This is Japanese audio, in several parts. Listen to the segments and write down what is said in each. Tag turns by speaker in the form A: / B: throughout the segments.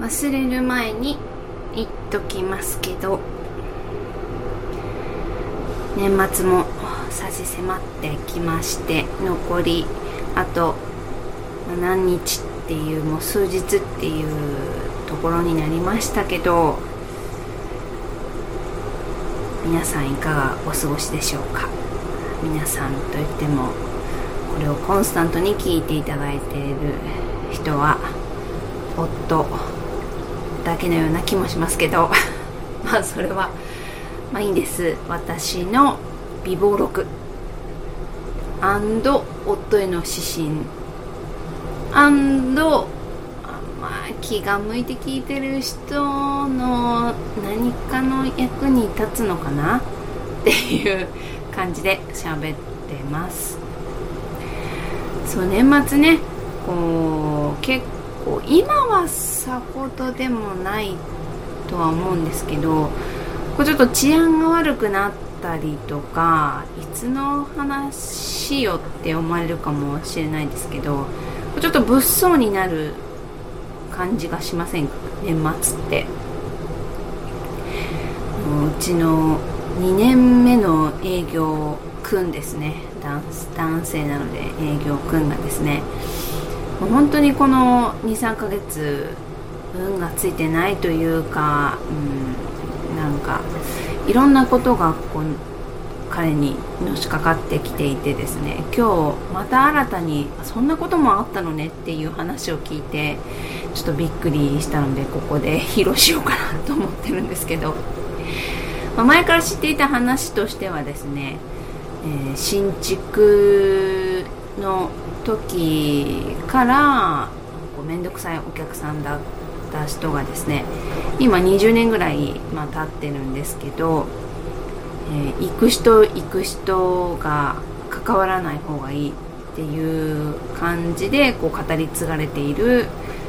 A: 忘れる前に言っときますけど、年末も差し迫ってきまして、残りあと何日っていう、もう数日っていうところになりましたけど、皆さんいかがお過ごしでしょうか。皆さんといってもこれをコンスタントに聞いていただいている人は夫だけのような気もしますけどまあそれはいいんです。私の備忘録&夫への指針&気が向いて聞いてる人の何かの役に立つのかなっていう感じで喋ってます。そう、年末ね、結構今はさほどでもないとは思うんですけど、ちょっと治安が悪くなったりとか、いつの話よって思われるかもしれないですけど、ちょっと物騒になる感じがしませんか、年末って。うちの2年目の営業くんですね、男性なので営業くんがですね、本当にこの 2,3 ヶ月運がついてないというか、なんかいろんなことが彼にのしかかってきていてですね、今日また新たにそんなこともあったのねっていう話を聞いて、ちょっとびっくりしたのでここで披露しようかなと思ってるんですけど、前から知っていた話としてはですね、新築の時からめんどくさいお客さんだった人がですね、今20年ぐらい、経ってるんですけど、行く人が関わらない方がいいっていう感じで語り継がれている、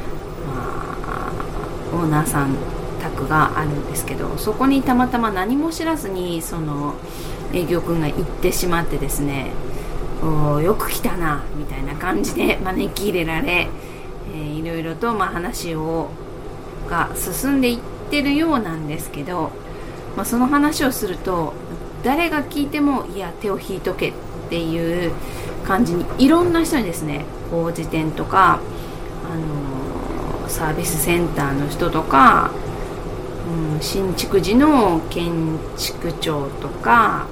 A: オーナーさん宅があるんですけど、そこにたまたま何も知らずにその営業くんが行ってしまってですね、よく来たなみたいな感じで招き入れられ、いろいろと話が進んでいってるようなんですけど、その話をすると誰が聞いてもいや手を引いとけっていう感じに、いろんな人にですね、工事店とか、サービスセンターの人とか、新築時の建築長とか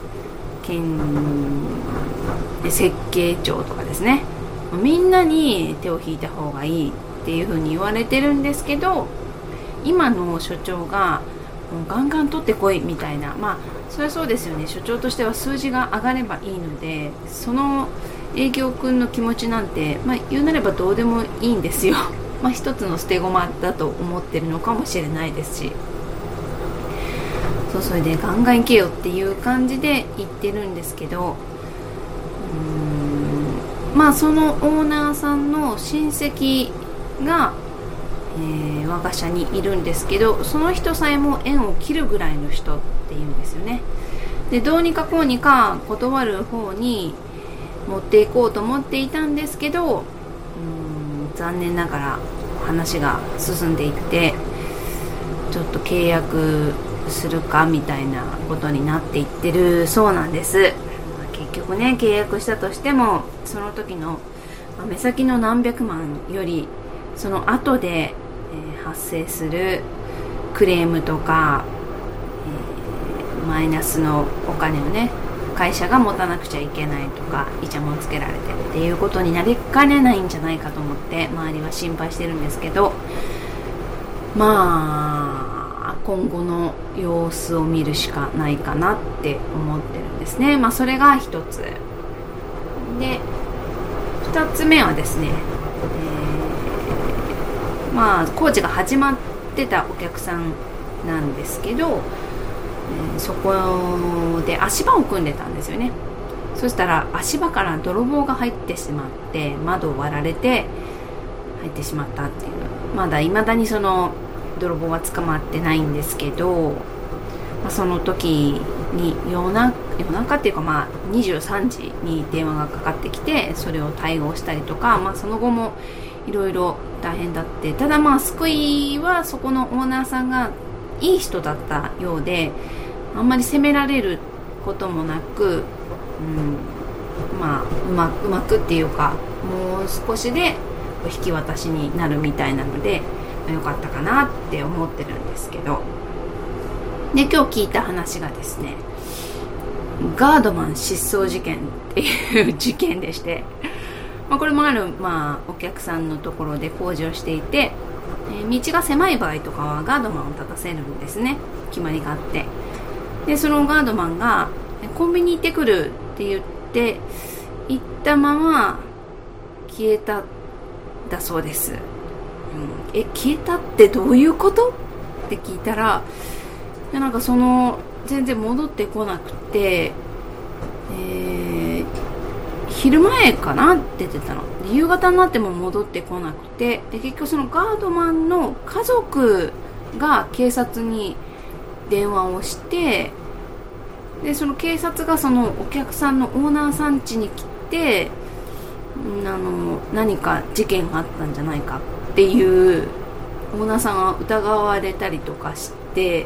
A: 設計長とかですね、みんなに手を引いた方がいいっていう風に言われてるんですけど、今の所長がガンガン取ってこいみたいな、それはそうですよね、所長としては数字が上がればいいので、その営業くんの気持ちなんて、言うなればどうでもいいんですよ一つの捨て駒だと思ってるのかもしれないですし、それでガンガン行けよっていう感じで言ってるんですけど、そのオーナーさんの親戚が、我が社にいるんですけど、その人さえも縁を切るぐらいの人っていうんですよね。で、どうにかこうにか断る方に持っていこうと思っていたんですけど、残念ながら話が進んでいって、ちょっと契約するかみたいなことになっていってるそうなんです。結局ね、契約したとしてもその時の目先の何百万よりその後で、発生するクレームとか、マイナスのお金をね、会社が持たなくちゃいけないとか、イチャモンつけられてっていうことになりかねないんじゃないかと思って周りは心配してるんですけど、今後の様子を見るしかないかなって思ってるんですね。それが一つで、二つ目はですね、工事が始まってたお客さんなんですけど、そこで足場を組んでたんですよね。そしたら足場から泥棒が入ってしまって、窓を割られて入ってしまったっていう、未だにその泥棒は捕まってないんですけど、その時に夜中っていうか23時に電話がかかってきて、それを対応したりとか、その後もいろいろ大変だって。ただまあ救いはそこのオーナーさんがいい人だったようで、あんまり責められることもなく、まあうまくっていうか、もう少しで引き渡しになるみたいなので、よかったかなって思ってるんですけど。で、今日聞いた話がですね、ガードマン失踪事件っていう事件でして、これもある、お客さんのところで工事をしていて、道が狭い場合とかはガードマンを立たせるんですね。決まりがあって。で、そのガードマンがコンビニ行ってくるって言って行ったまま消えただそうです。消えたってどういうことって聞いたら、なんか全然戻ってこなくて、昼前かなって言ってたの。夕方になっても戻ってこなくて、で結局そのガードマンの家族が警察に電話をして、でその警察がそのお客さんのオーナーさん家に来て、何か事件があったんじゃないかっていうオーナーさんが疑われたりとかして、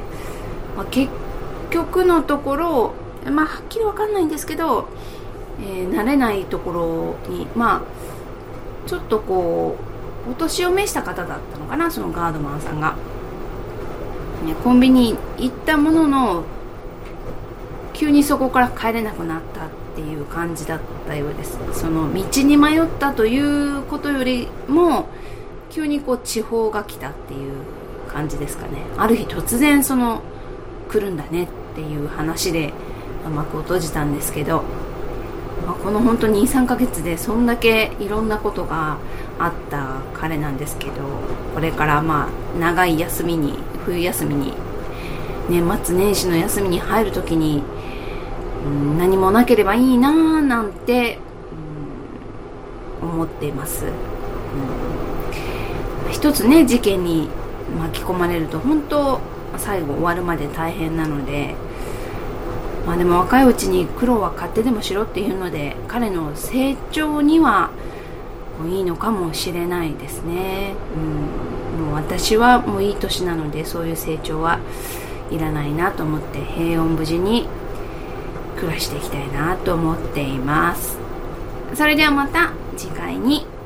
A: 結局のところ、はっきり分かんないんですけど、慣れないところに、ちょっとお年を召した方だったのかな、そのガードマンさんが。コンビニ行ったものの、急にそこから帰れなくなったっていう感じだったようです。その道に迷ったということよりも、急に地報が来たっていう感じですかね。ある日突然来るんだねっていう話で幕を閉じたんですけど、この本当に 2,3 ヶ月でそんだけいろんなことがあった彼なんですけど、これから長い休みに、冬休みに、年末年始の休みに入るときに、何もなければいいなぁなんて、思っています。一つね、事件に巻き込まれると本当最後終わるまで大変なので、でも若いうちに苦労は買ってでもしろっていうので、彼の成長にはいいのかもしれないですね。もう私はもういい年なので、そういう成長はいらないなと思って、平穏無事に暮らしていきたいなと思っています。それではまた次回に